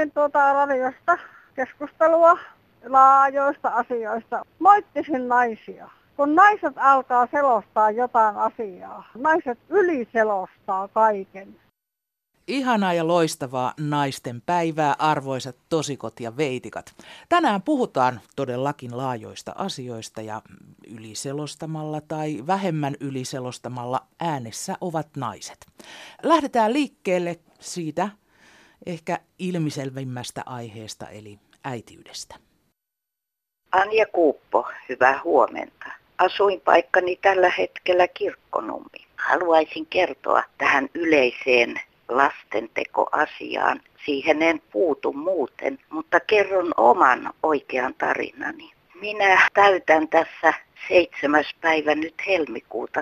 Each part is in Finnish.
kuuntelin radiosta keskustelua laajoista asioista. Moittisin naisia. Kun naiset alkaa selostaa jotain asiaa, naiset yliselostaa kaiken. Ihanaa ja loistavaa naisten päivää, arvoisat tosikot ja veitikat. Tänään puhutaan todellakin laajoista asioista ja yliselostamalla tai vähemmän yliselostamalla äänessä ovat naiset. Lähdetään liikkeelle siitä ehkä ilmiselvimmästä aiheesta eli äitiydestä. Anja Kuuppo, hyvää huomenta. Asuinpaikkani tällä hetkellä Kirkkonummi. Haluaisin kertoa tähän yleiseen lastentekoasiaan. Siihen en puutu muuten, mutta kerron oman oikean tarinani. Minä täytän tässä 7. päivä nyt helmikuuta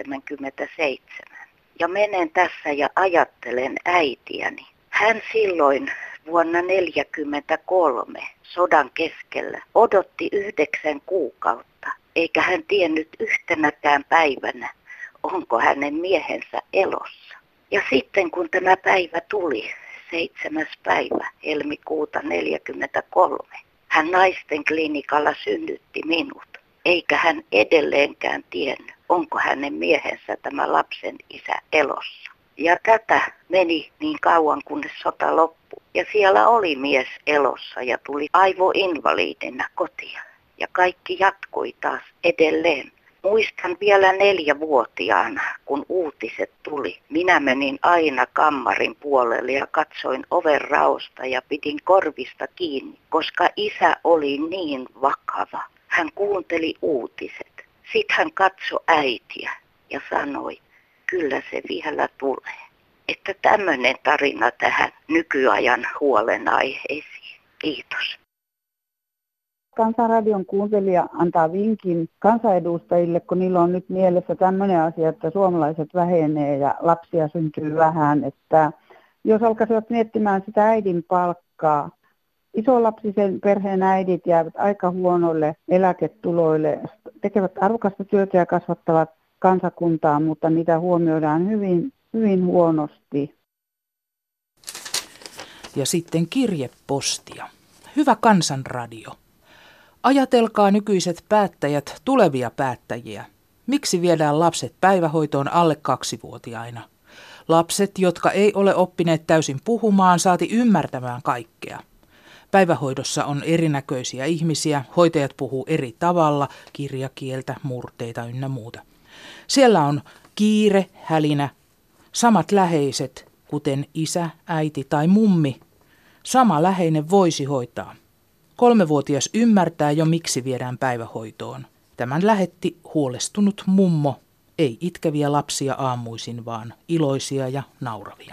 77. Ja menen tässä ja ajattelen äitiäni. Hän silloin vuonna 1943 sodan keskellä odotti 9 kuukautta, eikä hän tiennyt yhtenäkään päivänä, onko hänen miehensä elossa. Ja sitten kun tämä päivä tuli, 7. päivä helmikuuta 1943, hän naisten klinikalla synnytti minut, eikä hän edelleenkään tiennyt, onko hänen miehensä tämä lapsen isä elossa. Ja tätä meni niin kauan, kunnes sota loppui. Ja siellä oli mies elossa ja tuli aivoinvaliidina kotiin. Ja kaikki jatkui taas edelleen. Muistan vielä 4-vuotiaana, kun uutiset tuli. Minä menin aina kammarin puolelle ja katsoin oven raosta ja pidin korvista kiinni, koska isä oli niin vakava. Hän kuunteli uutiset. Sitten hän katsoi äitiä ja sanoi, kyllä se vielä tulee. Että tämmöinen tarina tähän nykyajan huolenaiheisiin. Kiitos. Kansanradion kuuntelija antaa vinkin kansanedustajille, kun niillä on nyt mielessä tämmöinen asia, että suomalaiset vähenee ja lapsia syntyy vähän, että jos alkaisivat miettimään sitä äidin palkkaa, isolapsisen perheen äidit jäävät aika huonoille eläketuloille, tekevät arvokasta työtä ja kasvattavat kansakuntaa, mutta niitä huomioidaan hyvin, hyvin huonosti. Ja sitten kirjepostia. Hyvä Kansanradio. Ajatelkaa nykyiset päättäjät tulevia päättäjiä. Miksi viedään lapset päivähoitoon alle 2-vuotiaina? Lapset, jotka ei ole oppineet täysin puhumaan, saati ymmärtämään kaikkea. Päivähoidossa on erinäköisiä ihmisiä, hoitajat puhuu eri tavalla, kirjakieltä, murteita ynnä muuta. Siellä on kiire, hälinä, samat läheiset, kuten isä, äiti tai mummi. Sama läheinen voisi hoitaa. 3-vuotias ymmärtää jo, miksi viedään päivähoitoon. Tämän lähetti huolestunut mummo. Ei itkeviä lapsia aamuisin, vaan iloisia ja nauravia.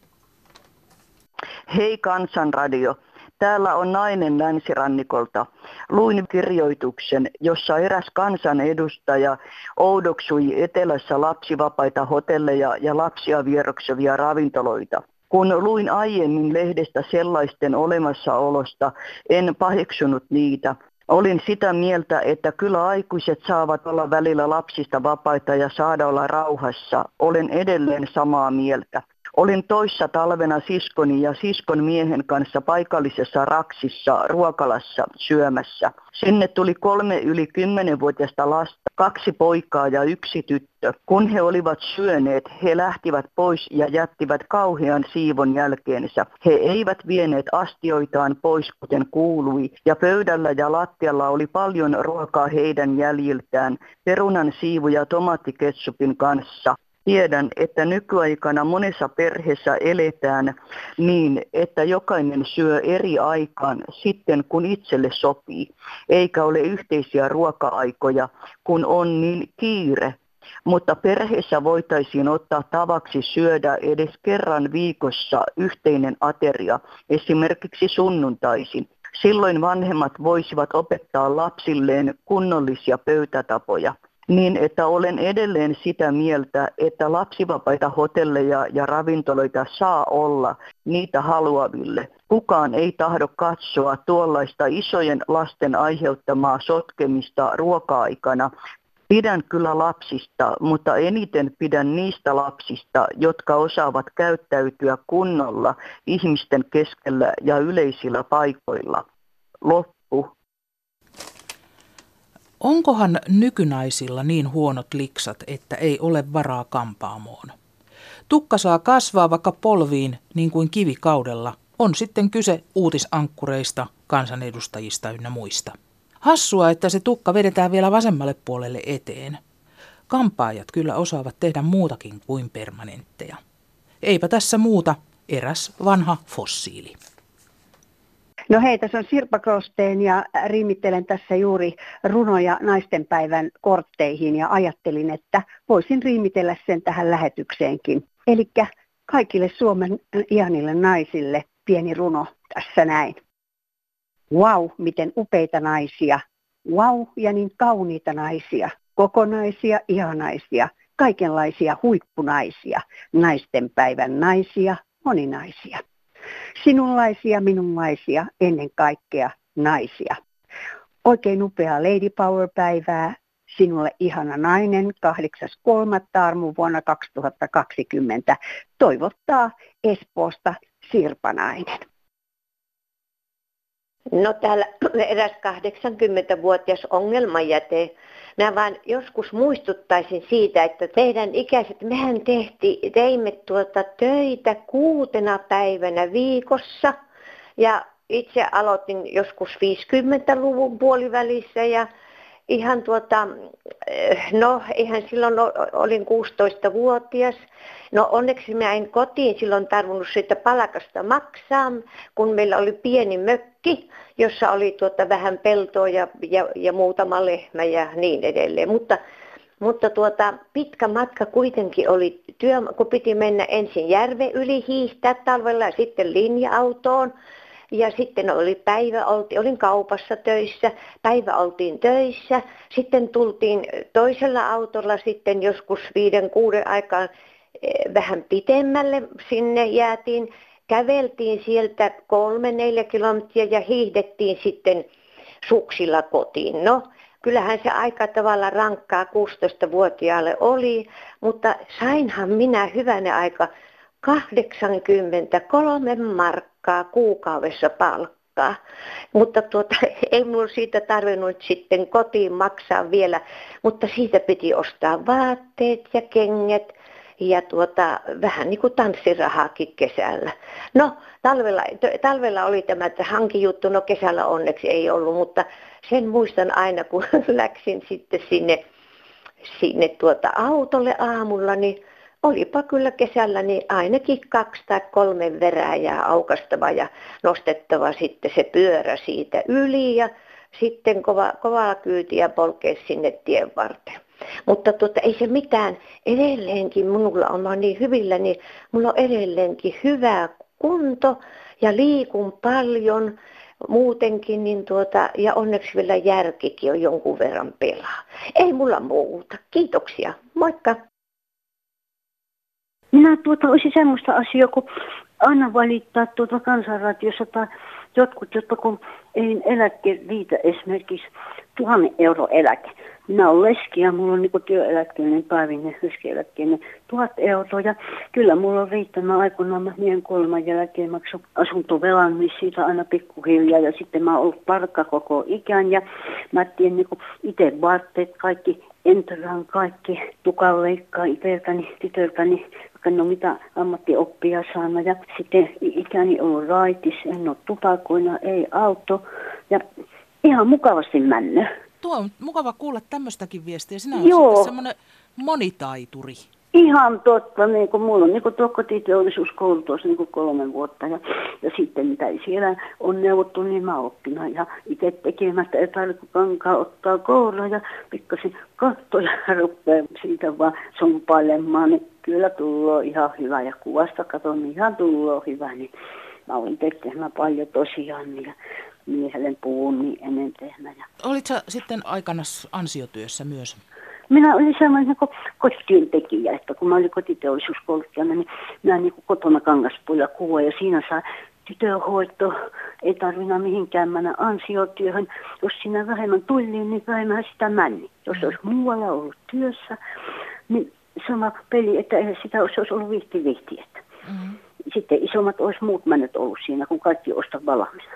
Hei Kansanradio. Täällä on nainen länsirannikolta. Luin kirjoituksen, jossa eräs kansanedustaja oudoksui etelässä lapsivapaita hotelleja ja lapsia vieroksevia ravintoloita. Kun luin aiemmin lehdestä sellaisten olemassaolosta, en paheksunut niitä. Olin sitä mieltä, että kyllä aikuiset saavat olla välillä lapsista vapaita ja saada olla rauhassa. Olen edelleen samaa mieltä. Olin toissa talvena siskoni ja siskon miehen kanssa paikallisessa Raksissa ruokalassa syömässä. Sinne tuli 3 yli 10-vuotiaista lasta, 2 poikaa ja 1 tyttö. Kun he olivat syöneet, he lähtivät pois ja jättivät kauhean siivon jälkeensä. He eivät vieneet astioitaan pois, kuten kuului, ja pöydällä ja lattialla oli paljon ruokaa heidän jäljiltään, perunan siivuja tomaattiketsupin kanssa. Tiedän, että nykyaikana monessa perheessä eletään niin, että jokainen syö eri aikaan sitten, kun itselle sopii, eikä ole yhteisiä ruoka-aikoja, kun on niin kiire. Mutta perheessä voitaisiin ottaa tavaksi syödä edes kerran viikossa yhteinen ateria, esimerkiksi sunnuntaisin. Silloin vanhemmat voisivat opettaa lapsilleen kunnollisia pöytätapoja. Niin, että olen edelleen sitä mieltä, että lapsivapaita hotelleja ja ravintoloita saa olla niitä haluaville. Kukaan ei tahdo katsoa tuollaista isojen lasten aiheuttamaa sotkemista ruoka-aikana Pidän kyllä lapsista, mutta eniten pidän niistä lapsista, jotka osaavat käyttäytyä kunnolla ihmisten keskellä ja yleisillä paikoilla. Loppu. Onkohan nykynaisilla niin huonot liksat, että ei ole varaa kampaamoon? Tukka saa kasvaa vaikka polviin niin kuin kivikaudella. On sitten kyse uutisankkureista, kansanedustajista ynnä muista. Hassua, että se tukka vedetään vielä vasemmalle puolelle eteen. Kampaajat kyllä osaavat tehdä muutakin kuin permanentteja. Eipä tässä muuta, eräs vanha fossiili. No hei, tässä on Sirpa Krosteen ja riimittelen tässä juuri runoja naistenpäivän kortteihin ja ajattelin, että voisin riimitellä sen tähän lähetykseenkin. Elikkä kaikille Suomen ihanille naisille pieni runo tässä näin. Vau, miten upeita naisia. Vau, ja niin kauniita naisia. Kokonaisia, ihanaisia, kaikenlaisia huippunaisia. Naistenpäivän naisia, moninaisia. Sinunlaisia, minunlaisia, ennen kaikkea naisia. Oikein upeaa Lady Power-päivää. Sinulle ihana nainen, 8.3. armuvuonna 2020. Toivottaa Espoosta Sirpa-nainen. No täällä eräs 80-vuotias ongelmajäte. Mä vaan joskus muistuttaisin siitä, että teidän ikäiset, mehän teimme töitä 6 päivänä viikossa. Ja itse aloitin joskus 50-luvun puolivälissä ja ihan ihan silloin olin 16-vuotias. No onneksi mä en kotiin silloin tarvinnut siitä palkasta maksaa, kun meillä oli pieni mökki, jossa oli vähän peltoa ja muutama lehmä ja niin edelleen. Mutta pitkä matka kuitenkin oli kun piti mennä ensin järven yli hiihtää talvella ja sitten linja-autoon. Ja sitten oli olin kaupassa töissä, päivä oltiin töissä, sitten tultiin toisella autolla sitten joskus 5-6 aikaan vähän pitemmälle sinne jäätiin, käveltiin sieltä 3-4 kilometriä ja hiihdettiin sitten suksilla kotiin. No, kyllähän se aika tavalla rankkaa 16-vuotiaalle oli, mutta sainhan minä hyvänä aika 83 markkaa kuukaudessa palkkaa. Mutta ei minulla siitä tarvinnut sitten kotiin maksaa vielä, mutta siitä piti ostaa vaatteet ja kengät ja vähän niin kuin tanssirahaakin kesällä. No talvella oli tämä hankijuttu, no kesällä onneksi ei ollut, mutta sen muistan aina kun läksin sitten sinne autolle aamulla, niin olipa kyllä kesällä niin ainakin 2 tai 3 verääjää aukastava ja nostettava sitten se pyörä siitä yli ja sitten kovaa kyytiä polkea sinne tien varteen. Mutta ei se mitään, edelleenkin minulla on niin hyvillä, niin minulla on edelleenkin hyvä kunto ja liikun paljon muutenkin, niin ja onneksi vielä järkikin on jonkun verran pelaa. Ei mulla muuta. Kiitoksia. Moikka! Minä olisi semmoista asiaa, kun aina valittaa kansanradiossa tai jotkut, jotka kun ei eläke riitä esimerkiksi 1 000 € eläke. Minä olen leski ja minulla on niin työeläkkeinen päivinnen leskeeläkkeinen 1 000 € ja kyllä minulla on riittänyt aikoinaan, mä meidän kuoleman jälkeen maksun asuntovelan, niin siitä aina pikkuhiljaa ja sitten mä oon ollut tarkka koko ikään ja mä tiedän niin itse vaatteet kaikki, enteraan kaikki, tukan leikkaa itseltäni, tytöltäni, vaikka en ole mitä ammattioppia saanut ja sitten ikäni on ollut raitis, en ole tupakoina, ei auto ja ihan mukavasti mennyt. Tuo on mukava kuulla tämmöistäkin viestiä. Sinä olet semmoinen monitaituri. Ihan totta. Niin kuin mulla on niin tuo kotiteollisuuskoulutus niin 3 vuotta. Ja sitten mitä siellä on neuvottu, niin mä oppin. Ja itse tekemättä ei tarvitse kankaa ottaa koulua ja pikkasen katsoja rupeaa siitä vaan sompailemaan. Niin kyllä tulee ihan hyvä. Ja kuvasta katon, niin ihan tulee hyvä. Niin mä olin tekemään paljon tosiaan. Ja miehelle puhun niin ennen tehnä. Olitko sitten aikana ansiotyössä myös? Minä olin sellainen kotityöntekijä, että kun mä olin kotiteollisuuskouluttajana, niin minä niin kotona kangaspuilla kuvaa ja siinä saa tytönhoito, ei tarvinnut mihinkään mennä ansiotyöhön. Jos siinä vähemmän tuli, niin vähemmän sitä meni. Jos olisi muualla ollut työssä, niin sama peli, että ei sitä olisi ollut vihti. Sitten isommat olisi muut mennyt ollut siinä, kun kaikki ostaa valmiina.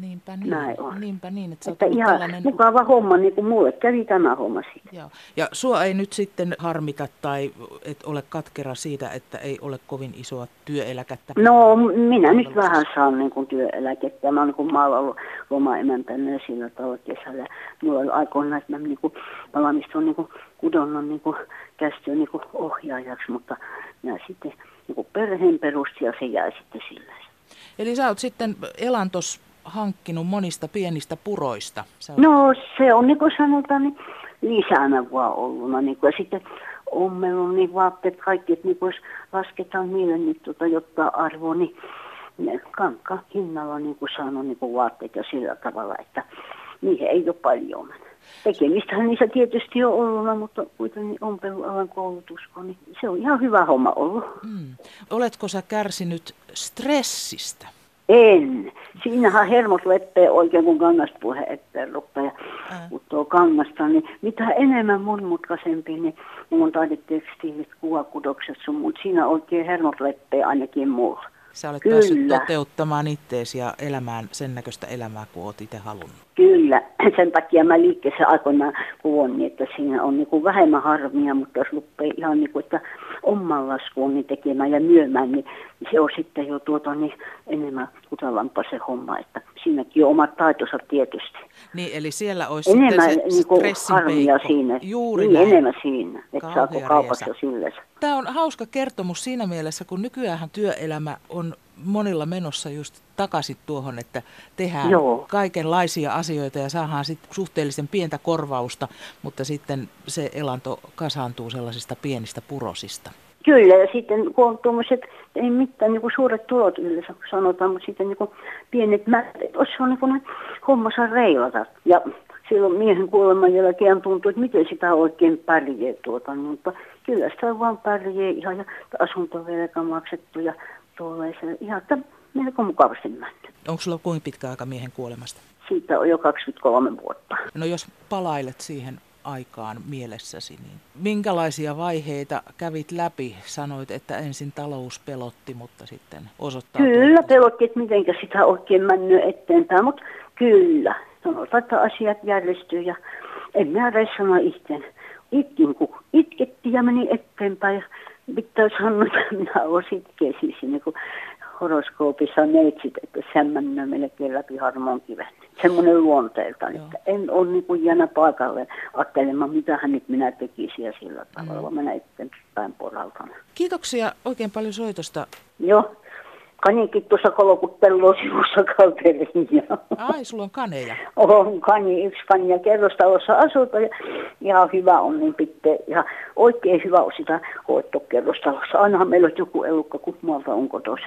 Niinpä niin, että että ihan tällainen mukava homma, niin kuin mulle kävi tämä homma siitä. Joo. Ja sua ei nyt sitten harmita tai et ole katkera siitä, että ei ole kovin isoa työeläkettä? No minä nyt vähän saan niin kuin työeläkettä. Mä oon niin kuin maalla ollut lomaemäntänä sillä tavalla kesällä. Mulla oli aikoinaan, että mä niin kuin valmistuin niin kuin kudonnan niin kuin käsityön niin kuin ohjaajaksi, mutta minä sitten niin kuin perheen perusti ja se jäi sitten sillä. Eli sä oot sitten elantos hankkinut monista pienistä puroista. No se on niin kuin sanotaan niin lisänä vaan ollut. Niin kuin, ja sitten ommelun niin vaatteet kaikki, että niin jos lasketaan niille nyt jotta arvoa, niin ne kankaan hinnalla niin kuin saanut niin kuin vaatteet ja sillä tavalla, että niihin ei ole paljon mennyt. Tekemistähän niissä tietysti on ollut, mutta kuitenkin ompelualan koulutus on, niin se on ihan hyvä homma ollut. Oletko sä kärsinyt stressistä? En. Siinähän hermot leppee oikein, kun kangaspuhe eteen rupeaa puttoo kangasta. Niin mitä enemmän monimutkaisempi, niin mun taidetekstiilit, kuvakudokset sun muut. Siinä oikein hermot leppee ainakin mulla. Sä olet päässyt toteuttamaan itteesi ja elämään sen näköistä elämää, kuin olet itse halunnut. Kyllä. Sen takia mä liikkeessä aikoinaan kuvon, niin että siinä on niin kuin vähemmän harmia, mutta jos lupee ihan niin kuin, että oman laskuun niin tekemään ja myymään, niin se on sitten jo niin enemmän kutalampaa se homma, että siinäkin on omat taitonsa tietysti. Niin, eli siellä olisi enemmän sitten se niin stressin harmia peikko. Siinä. Juuri niin, näin. enemmän siinä, että Kauhea saako kaupassa riesa. sillä. Tämä on hauska kertomus siinä mielessä, kun nykyään työelämä on monilla menossa just takaisin tuohon, että tehdään kaikenlaisia asioita ja saadaan sitten suhteellisen pientä korvausta, mutta sitten se elanto kasaantuu sellaisista pienistä purosista. Kyllä, ja sitten kun on tuommoiset, ei mitään niin kuin suuret tulot yleensä, kun sanotaan, mutta sitten niin kuin pienet määrät, se on niin kuin hommansa reilata. Ja silloin miehen kuoleman jälkeen tuntui, että miten sitä oikein pärjää mutta kyllä sitä vaan pärjää ihan ja asuntovelka maksettu ja tuollaisen ihan, että melko mukavasti mennyt. Onko sulla kuinka pitkä aika miehen kuolemasta? Siitä on jo 23 vuotta. No jos palailet siihen aikaan mielessäsi, niin minkälaisia vaiheita kävit läpi? Sanoit, että ensin talous pelotti, mutta sitten osoittautui. Kyllä pelotti, että mitenkä sitä oikein mennyt eteenpäin, mutta kyllä. Sanotaan, että asiat järjestyy ja en mä edes sano itse. Itkin kun itkettiin ja meni eteenpäin ja pitää sanoa, että minä olen sitkeä niin kuin horoskoopissa neitsit, että se mennään melkein läpi harmaan kiven. Semmoinen luonteelta, että en ole niin kuin jäänyt paikalle ajattelemaan, mitä hän nyt minä tekisin ja sillä tavalla, vaan mennä eteenpäin poraltana. Kiitoksia oikein paljon soitosta. Joo. Kaninkin tuossa kolokuttelua sivussa kalteriin. Ai, sulla on kaneja? On kani, yksi kani ja kerrostalossa asutaan ja ihan hyvä on niin pitää. Ja oikein hyvä on sitä hoitoa kerrostalossa. Ainahan meillä on joku elukka, kun muualta on kotoisin.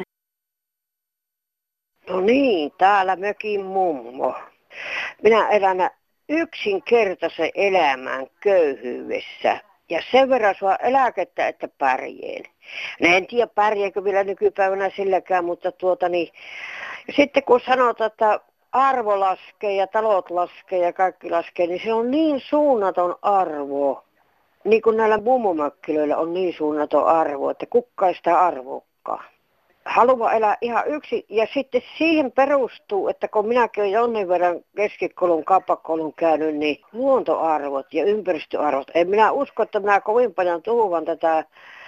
No niin, täällä mökin mummo. Minä elän yksinkertaisen elämän köyhyydessä. Ja sen verran saa eläkettä, että pärjään. No en tiedä pärjääkö vielä nykypäivänä silläkään, mutta sitten kun sanotaan, että arvo laskee ja talot laskee ja kaikki laskee, niin se on niin suunnaton arvo. Niin kuin näillä mummomäkkilöillä on niin suunnaton arvo, että kukaan ei sitä arvokkaan. Haluan elää ihan yksin ja sitten siihen perustuu, että kun minäkin olen jonnin verran keskikoulun, kauppakoulun käynyt, niin luontoarvot ja ympäristöarvot. En minä usko, että minä kovin paljon tuhuvan tätä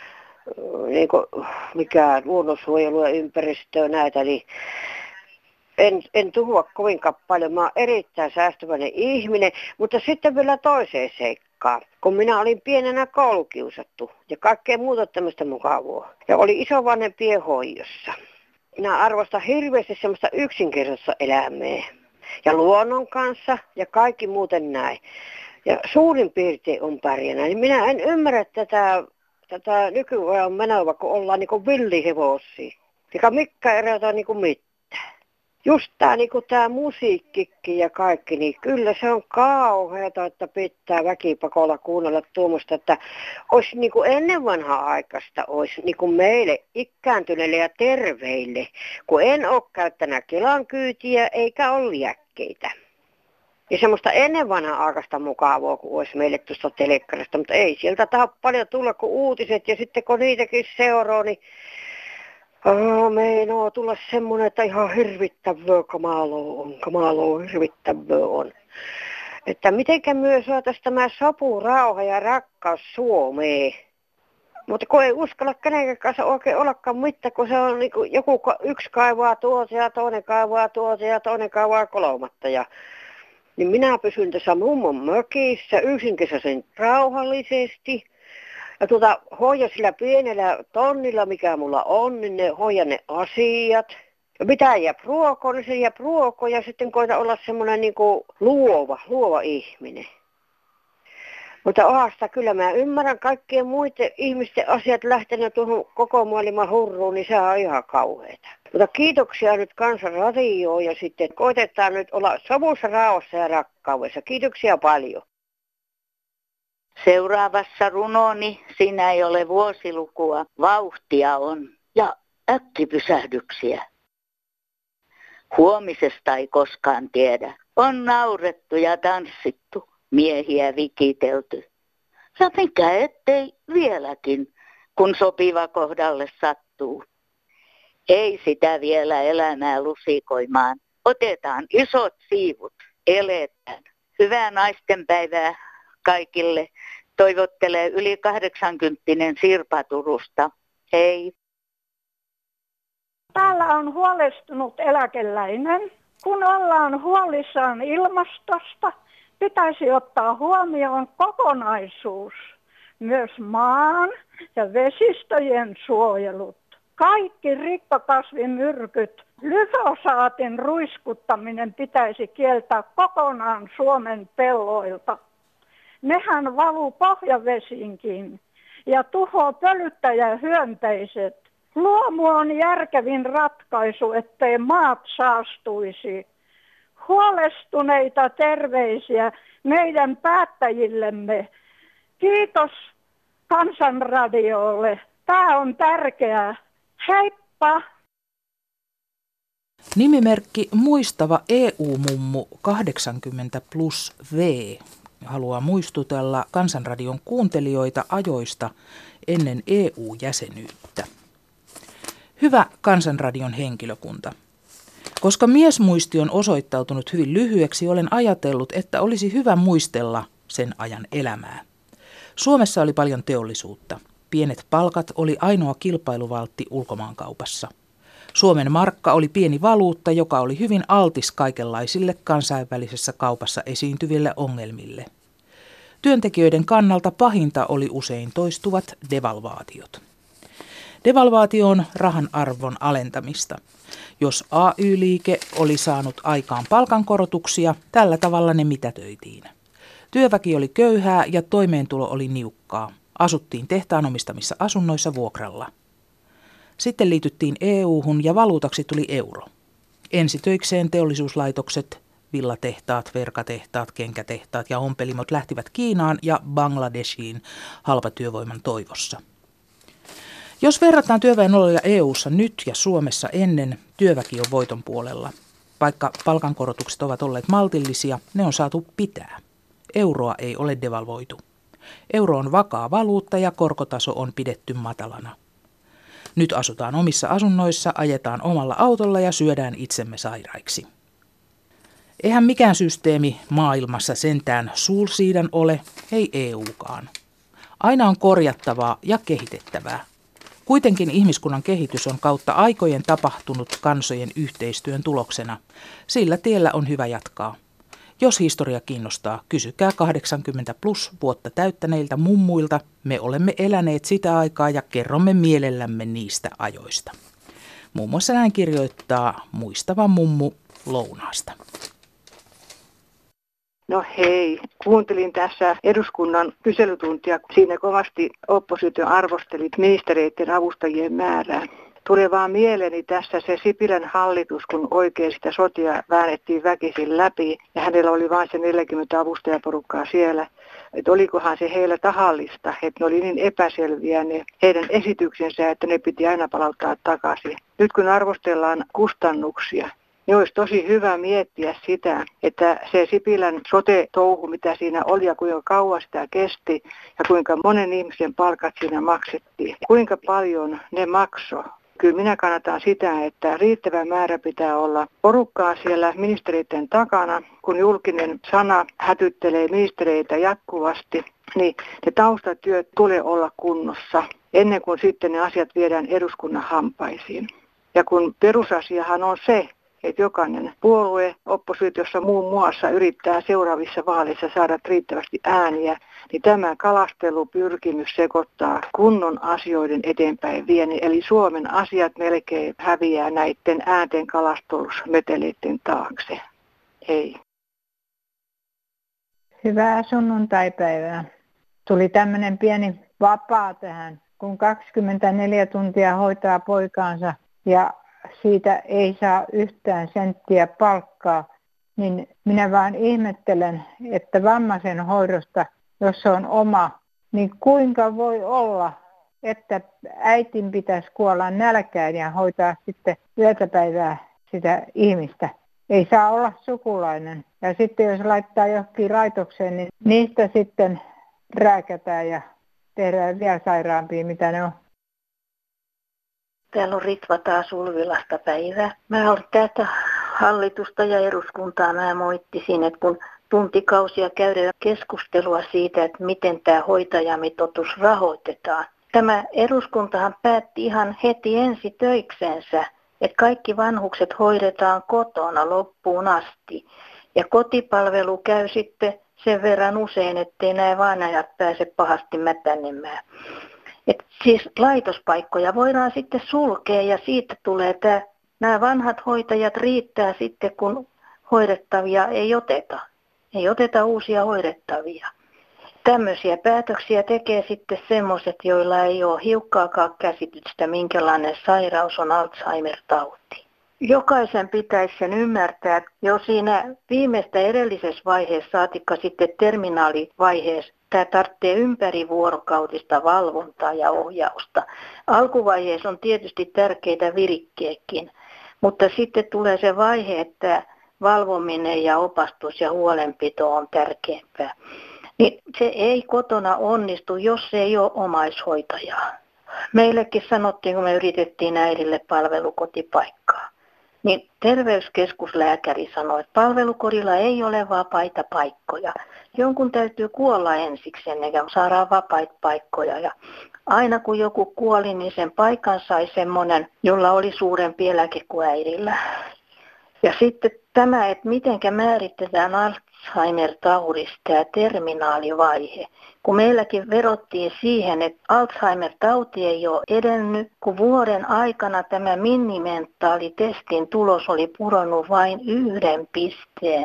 mikä luonnonsuojelu ja ympäristöä näitä, niin en tuhua kovinkaan paljon. Mä oon erittäin säästäväinen ihminen, mutta sitten vielä toiseen seikkaan. Kun minä olin pienenä koulukiusattu ja kaikkea muuta tämmöistä mukavaa. Ja oli isovanhempien hoidossa. Minä arvostan hirveästi semmoista yksinkertaista elämää. Ja luonnon kanssa ja kaikki muuten näin. Ja suurin piirtein on pärjänä. Niin minä en ymmärrä tätä nykyajan menoa, kun ollaan niin kuin villihevosia. Eikä mikään erota niin kuin mitään. Just tämä musiikkikin ja kaikki, niin kyllä se on kauheata, että pitää väkipakolla kuunnella tuommoista, että olisi niin kuin ennen vanhaa aikaista, olisi niin kuin meille ikääntyneille ja terveille, kun en ole käyttänyt Kelan kyytiä eikä ole liäkkeitä. Ja semmoista ennen vanhaa aikaista mukavaa, kun olisi meille tuosta telekkarista, mutta ei sieltä taha paljon tulla kuin uutiset ja sitten kun niitäkin seuraa, niin meinaa tulla semmoinen, että ihan hirvittävää kamalaa hirvittävää on. Että mitenkä myös saataisiin tämä sopu, rauha ja rakkaus Suomeen. Mutta kun ei uskalla kenenkään kanssa oikein ollakaan mitään, kun se on niin kuin joku yksi kaivaa tuota ja toinen kaivaa tuota ja toinen kaivaa kolmatta. Niin minä pysyn tässä mummon mökissä yksinkertaisen rauhallisesti. Ja hoidan sillä pienellä tonnilla, mikä mulla on, niin hoidan ne asiat. Ja mitä jää ruokoon, niin se jää ruokoon ja sitten koita olla semmoinen niin kuin luova ihminen. Mutta ahasta kyllä mä ymmärrän kaikkien muiden ihmisten asiat lähtenyt tuohon koko maailman hurruun, niin se on ihan kauheata. Mutta kiitoksia nyt Kansanradioon ja sitten koitetaan nyt olla sovussa, rauhassa ja rakkaudessa. Kiitoksia paljon. Seuraavassa runoni, siinä ei ole vuosilukua, vauhtia on ja äkkipysähdyksiä. Huomisesta ei koskaan tiedä. On naurettu ja tanssittu, miehiä vikitelty. Ja mikä ettei vieläkin, kun sopiva kohdalle sattuu. Ei sitä vielä elämää lusikoimaan. Otetaan isot siivut, eletään. Hyvää naistenpäivää kaikille. Toivottelee yli 80 Sirpa Turusta. Hei. Täällä on huolestunut eläkeläinen. Kun ollaan huolissaan ilmastosta, pitäisi ottaa huomioon kokonaisuus. Myös maan ja vesistöjen suojelut. Kaikki rikkakasvimyrkyt, glyfosaatin ruiskuttaminen pitäisi kieltää kokonaan Suomen pelloilta. Nehän valuu pohjavesiinkin ja tuhoaa pölyttäjähyönteiset. Luomu on järkevin ratkaisu, ettei maat saastuisi. Huolestuneita terveisiä meidän päättäjillemme. Kiitos Kansanradiolle. Tämä on tärkeää. Heippa! Nimimerkki Muistava EU-mummu 80+V haluaa muistutella Kansanradion kuuntelijoita ajoista ennen EU-jäsenyyttä. Hyvä Kansanradion henkilökunta. Koska miesmuisti on osoittautunut hyvin lyhyeksi, olen ajatellut, että olisi hyvä muistella sen ajan elämää. Suomessa oli paljon teollisuutta. Pienet palkat oli ainoa kilpailuvaltti ulkomaankaupassa. Suomen markka oli pieni valuutta, joka oli hyvin altis kaikenlaisille kansainvälisessä kaupassa esiintyville ongelmille. Työntekijöiden kannalta pahinta oli usein toistuvat devalvaatiot. Devalvaatio on rahan arvon alentamista. Jos AY-liike oli saanut aikaan palkankorotuksia, tällä tavalla ne mitätöitiin. Työväki oli köyhää ja toimeentulo oli niukkaa. Asuttiin tehtaan omistamissa asunnoissa vuokralla. Sitten liityttiin EU-hun ja valuutaksi tuli euro. Ensitöikseen teollisuuslaitokset, villatehtaat, verkatehtaat, kenkätehtaat ja ompelimot lähtivät Kiinaan ja Bangladeshiin halpatyövoiman toivossa. Jos verrataan työväenoloja EU:ssa nyt ja Suomessa ennen, työväki on voiton puolella. Vaikka palkankorotukset ovat olleet maltillisia, ne on saatu pitää. Euroa ei ole devalvoitu. Euro on vakaa valuutta ja korkotaso on pidetty matalana. Nyt asutaan omissa asunnoissa, ajetaan omalla autolla ja syödään itsemme sairaiksi. Eihän mikään systeemi maailmassa sentään suursiidan ole, ei EUkaan. Aina on korjattavaa ja kehitettävää. Kuitenkin ihmiskunnan kehitys on kautta aikojen tapahtunut kansojen yhteistyön tuloksena. Sillä tiellä on hyvä jatkaa. Jos historia kiinnostaa, kysykää 80+ vuotta täyttäneiltä mummuilta. Me olemme eläneet sitä aikaa ja kerromme mielellämme niistä ajoista. Muun muassa näin kirjoittaa muistava mummu Lounaasta. No hei, kuuntelin tässä eduskunnan kyselytuntia. Siinä kovasti oppositio arvosteli ministereiden avustajien määrää. Tuli vaan mieleeni tässä se Sipilän hallitus, kun oikein sitä sotia väännettiin väkisin läpi ja hänellä oli vain se 40 avustajaporukkaa siellä. Että olikohan se heillä tahallista, että ne oli niin epäselviä ne heidän esityksensä, että ne piti aina palauttaa takaisin. Nyt kun arvostellaan kustannuksia, niin olisi tosi hyvä miettiä sitä, että se Sipilän sote-touhu, mitä siinä oli ja kuinka kauan sitä kesti ja kuinka monen ihmisen palkat siinä maksettiin, kuinka paljon ne maksoi. Kyllä minä kannatan sitä, että riittävä määrä pitää olla porukkaa siellä ministeriöiden takana, kun julkinen sana hätyttelee ministereitä jatkuvasti, niin ne taustatyöt tulee olla kunnossa ennen kuin sitten ne asiat viedään eduskunnan hampaisiin. Ja kun perusasiahan on se, että jokainen puolue oppositiossa muun muassa yrittää seuraavissa vaaleissa saada riittävästi ääniä, niin tämä kalastelupyrkimys sekoittaa kunnon asioiden eteenpäin vieni. Eli Suomen asiat melkein häviää näiden äänten kalastelusmeteleiden taakse. Hei. Hyvää sunnuntaipäivää. Tuli tämmöinen pieni vapaa tähän, kun 24 tuntia hoitaa poikaansa ja siitä ei saa yhtään senttiä palkkaa, niin minä vaan ihmettelen, että vammaisen hoidosta, jos se on oma, niin kuinka voi olla, että äitin pitäisi kuolla nälkään ja hoitaa sitten yötä päivää sitä ihmistä. Ei saa olla sukulainen. Ja sitten jos laittaa johonkin laitokseen, niin niistä sitten rääkätään ja tehdään vielä sairaampia, mitä ne on. Täällä on Ritva taas Ulvilasta päivää. Mä olen tätä hallitusta ja eduskuntaa mä moittisin, että kun tuntikausia käydään keskustelua siitä, että miten tämä hoitajamitoitus rahoitetaan. Tämä eduskuntahan päätti ihan heti ensi töiksensä, että kaikki vanhukset hoidetaan kotona loppuun asti. Ja kotipalvelu käy sitten sen verran usein, ettei nämä vainajat pääse pahasti mätänemään. Et siis laitospaikkoja voidaan sitten sulkea ja siitä tulee nämä vanhat hoitajat riittää sitten, kun hoidettavia ei oteta. Ei oteta uusia hoidettavia. Tämmöisiä päätöksiä tekee sitten semmoiset, joilla ei ole hiukkaakaan käsitystä, minkälainen sairaus on Alzheimer-tauti. Jokaisen pitäisi sen ymmärtää, että jo siinä viimeistä edellisessä vaiheessa, saatikka sitten terminaalivaiheessa, tämä tarvitsee ympärivuorokautista valvontaa ja ohjausta. Alkuvaiheessa on tietysti tärkeitä virikkeekin, mutta sitten tulee se vaihe, että valvominen ja opastus ja huolenpito on tärkeämpää. Niin se ei kotona onnistu, jos ei ole omaishoitajaa. Meillekin sanottiin, kun me yritettiin äidille palvelukotipaikkaa, niin terveyskeskuslääkäri sanoi, että palvelukodilla ei ole vapaita paikkoja. Jonkun täytyy kuolla ensiksi ennen kuin saadaan vapaita paikkoja. Ja aina kun joku kuoli, niin sen paikan sai semmoinen, jolla oli suurempi eläke kuin äidillä. Ja sitten tämä, että mitenkä määritetään Alzheimer-taudista tämä terminaalivaihe. Kun meilläkin verottiin siihen, että Alzheimer-tauti ei ole edennyt, kun vuoden aikana tämä minimentalitestin tulos oli pudonnut vain 1 pisteen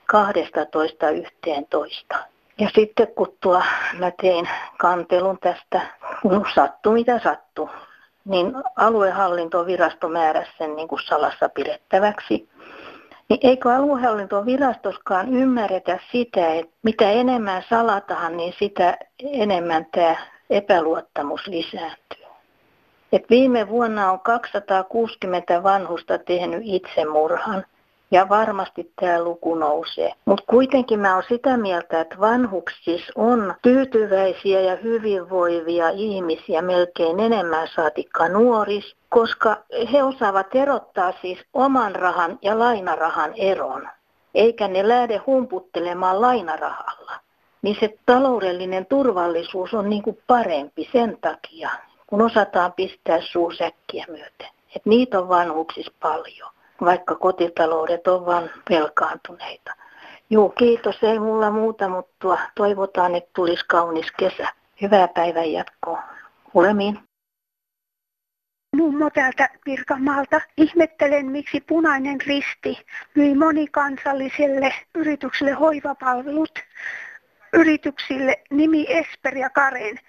12-11. Ja sitten kun mä tein kantelun tästä, kun sattui mitä sattui, niin aluehallintovirasto määräsi sen niin kuin salassa pidettäväksi. Niin eikö aluehallintovirastoskaan ymmärretä sitä, että mitä enemmän salatahan, niin sitä enemmän tämä epäluottamus lisääntyy. Et viime vuonna on 260 vanhusta tehnyt itsemurhan ja varmasti tämä luku nousee. Mutta kuitenkin mä oon sitä mieltä, että vanhuksissa on tyytyväisiä ja hyvinvoivia ihmisiä melkein enemmän saatikka nuoris, koska he osaavat erottaa siis oman rahan ja lainarahan eron, eikä ne lähde humputtelemaan lainarahalla. Niin se taloudellinen turvallisuus on niin kuin parempi sen takia, kun osataan pistää suusäkkiä myöten. Et niitä on vanhuksissa paljon, vaikka kotitaloudet on vaan velkaantuneita. Joo, kiitos. Ei mulla muuta, mutta toivotaan, että tulisi kaunis kesä. Hyvää päivän jatkoa. Kuulemiin. Mummo täältä Pirkanmaalta. Ihmettelen, miksi Punainen Risti myi monikansalliselle yritykselle hoivapalvelut. Yrityksille nimi Esper ja Karen.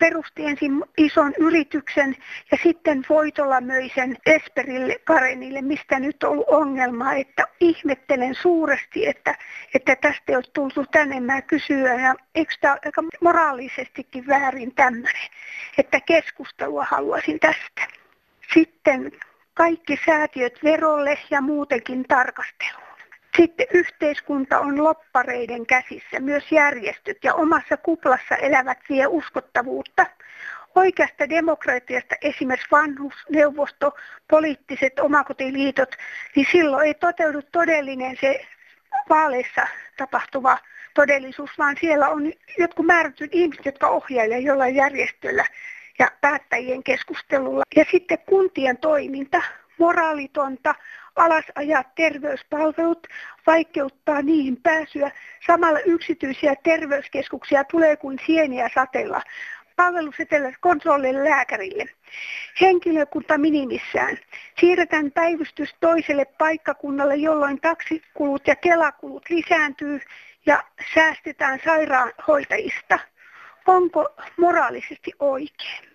perusti ensin ison yrityksen ja sitten voitolla möi sen Esperille Karenille, mistä nyt on ollut ongelma, että ihmettelen suuresti, että tästä ei ole tultu tänne mä kysyä, ja eikö tämä aika moraalisestikin väärin tämmöinen, että keskustelua haluaisin tästä. Sitten kaikki säätiöt verolle ja muutenkin tarkasteluun. Sitten yhteiskunta on lobbareiden käsissä, myös järjestöt ja omassa kuplassa elävät vie uskottavuutta. Oikeasta demokratiasta, esimerkiksi vanhusneuvosto, poliittiset omakotiliitot, niin silloin ei toteudu todellinen se vaaleissa tapahtuva todellisuus, vaan siellä on jotkut määrätyt ihmiset, jotka ohjailevat jollain järjestöllä ja päättäjien keskustelulla. Ja sitten kuntien toiminta, moraalitonta, alasajaa terveyspalvelut, vaikeuttaa niihin pääsyä. Samalla yksityisiä terveyskeskuksia tulee kuin sieniä sateella. Palvelusetellä kontrollille lääkärille. Henkilökunta minimissään. Siirretään päivystys toiselle paikkakunnalle, jolloin taksikulut ja kelakulut lisääntyy ja säästetään sairaanhoitajista. Onko moraalisesti oikein?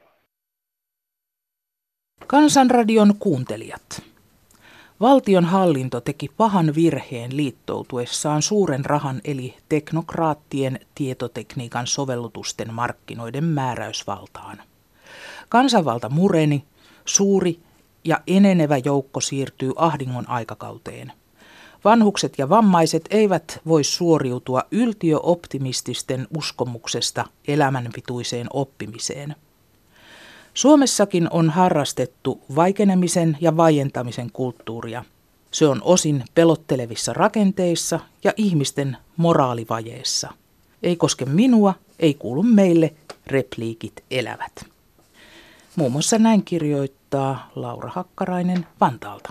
Kansanradion kuuntelijat. Valtionhallinto teki pahan virheen liittoutuessaan suuren rahan eli teknokraattien tietotekniikan sovellutusten markkinoiden määräysvaltaan. Kansanvalta mureni, suuri ja enenevä joukko siirtyy ahdingon aikakauteen. Vanhukset ja vammaiset eivät voi suoriutua yltiöoptimististen uskomuksesta elämänpituiseen oppimiseen. Suomessakin on harrastettu vaikenemisen ja vaientamisen kulttuuria. Se on osin pelottelevissa rakenteissa ja ihmisten moraalivajeessa. Ei koske minua, ei kuulu meille, repliikit elävät. Muun muassa näin kirjoittaa Laura Hakkarainen Vantaalta.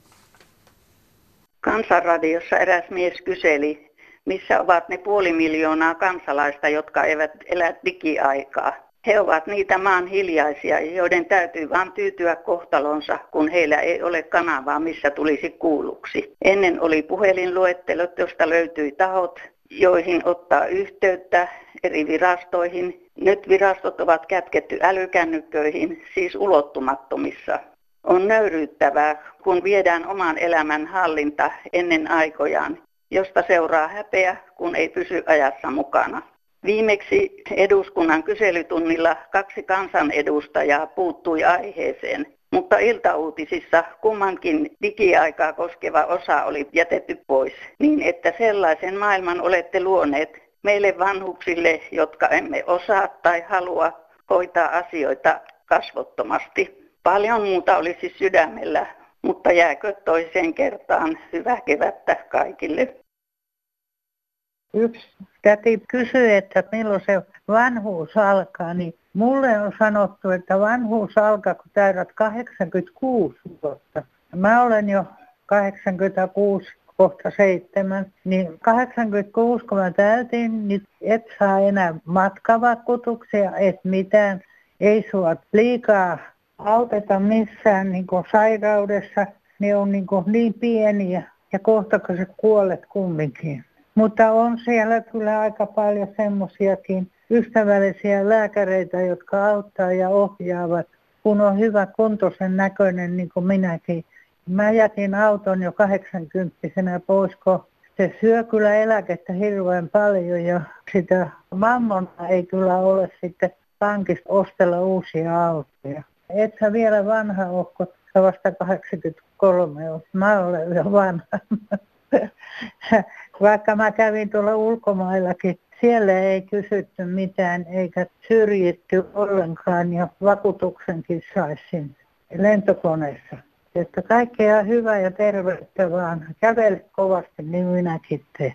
Kansanradiossa eräs mies kyseli, missä ovat ne 500 000 kansalaista, jotka eivät elä digiaikaa. He ovat niitä maan hiljaisia, joiden täytyy vain tyytyä kohtalonsa, kun heillä ei ole kanavaa, missä tulisi kuulluksi. Ennen oli puhelinluettelot, josta löytyi tahot, joihin ottaa yhteyttä eri virastoihin. Nyt virastot ovat kätketty älykännykköihin, siis ulottumattomissa. On nöyryyttävää, kun viedään oman elämän hallinta ennen aikojaan, josta seuraa häpeä, kun ei pysy ajassa mukana. Viimeksi eduskunnan kyselytunnilla 2 kansanedustajaa puuttui aiheeseen, mutta iltauutisissa kummankin digiaikaa koskeva osa oli jätetty pois, niin että sellaisen maailman olette luoneet meille vanhuksille, jotka emme osaa tai halua hoitaa asioita kasvottomasti. Paljon muuta olisi sydämellä, mutta jääkö toiseen kertaan. Hyvää kevättä kaikille. Yksi täti kysyi, että milloin se vanhuus alkaa, niin mulle on sanottu, että vanhuus alkaa, kun täydät 86 vuotta. Mä olen jo 86, kohta 7, niin 86 kun mä täytin, niin et saa enää matkavakuutuksia, et mitään. Ei sua liikaa auteta missään niin sairaudessa, ne on niin pieniä ja kohta kun sä kuolet kumminkin. Mutta on siellä kyllä aika paljon semmoisiakin ystävällisiä lääkäreitä, jotka auttaa ja ohjaavat, kun on hyvä kuntoisen näköinen niin kuin minäkin. Mä jätin auton jo 80-vuotiaana pois, kun se syö kyllä eläkettä hirveän paljon ja sitä mammona ei kyllä ole sitten pankista ostella uusia autoja. Et sä vielä vanha ole, kun sä vasta 83 olet. Mä olen jo vanha. Vaikka mä kävin tuolla ulkomaillakin, siellä ei kysytty mitään eikä syrjitty ollenkaan ja vakuutuksenkin saisin lentokoneessa. Että kaikkea hyvää ja terveyttä vaan. Kävele kovasti, niin minäkin teen.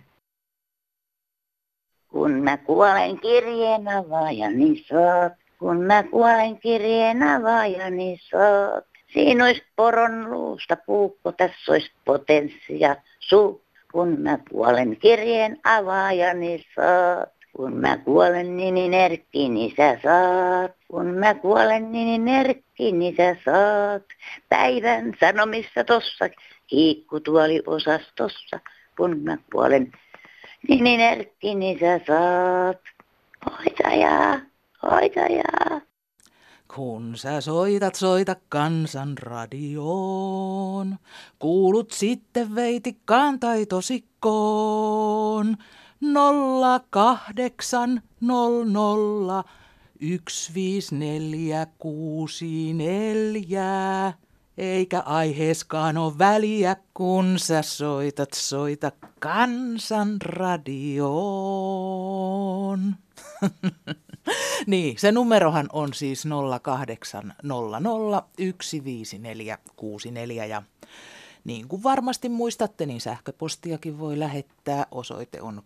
Kun mä kuolen kirjeen avaajani saat, kun mä kuolen kirjeen avaajani saat. Siinä ois poron luusta puukko, tässä ois potenssia suu. Kun mä kuolen kirjeen avaajani saat, kun mä kuolen niin Erkki, niin sä saat. Kun mä kuolen niin Erkki, niin sä saat. Päivän sanomissa tossa, kiikkutuoliosastossa. Kun mä kuolen niin Erkki, niin sä saat. Hoitaja, Hoitajaa. Kun sä soita Kansanradioon, kuulut sitten veitikkaan tai tosikkoon. 0800 15464, eikä aiheeskaan ole väliä, kun sä soita Kansanradioon. Niin, se numerohan on siis 0800 15464 ja niin kuin varmasti muistatte, niin sähköpostiakin voi lähettää. Osoite on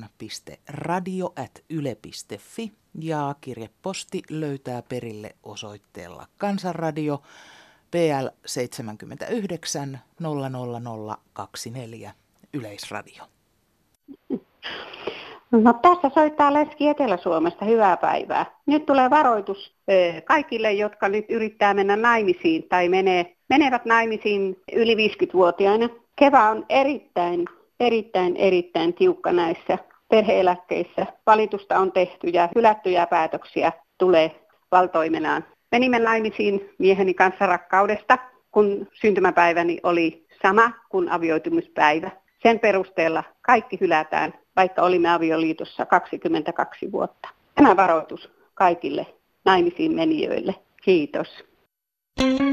kansan.radio@yle.fi ja kirjeposti löytää perille osoitteella Kansanradio PL 79 00024 Yleisradio. No tässä soittaa Leski Etelä-Suomesta. Hyvää päivää. Nyt tulee varoitus kaikille, jotka nyt yrittää mennä naimisiin tai menevät naimisiin yli 50-vuotiaina. Keva on erittäin tiukka näissä perhe-eläkkeissä. Valitusta on tehty ja hylättyjä päätöksiä tulee valtoimenaan. Menimme naimisiin mieheni kanssa rakkaudesta, kun syntymäpäiväni oli sama kuin avioitumispäivä. Sen perusteella kaikki hylätään, vaikka olimme avioliitossa 22 vuotta. Tämä varoitus kaikille naimisiin menijöille. Kiitos.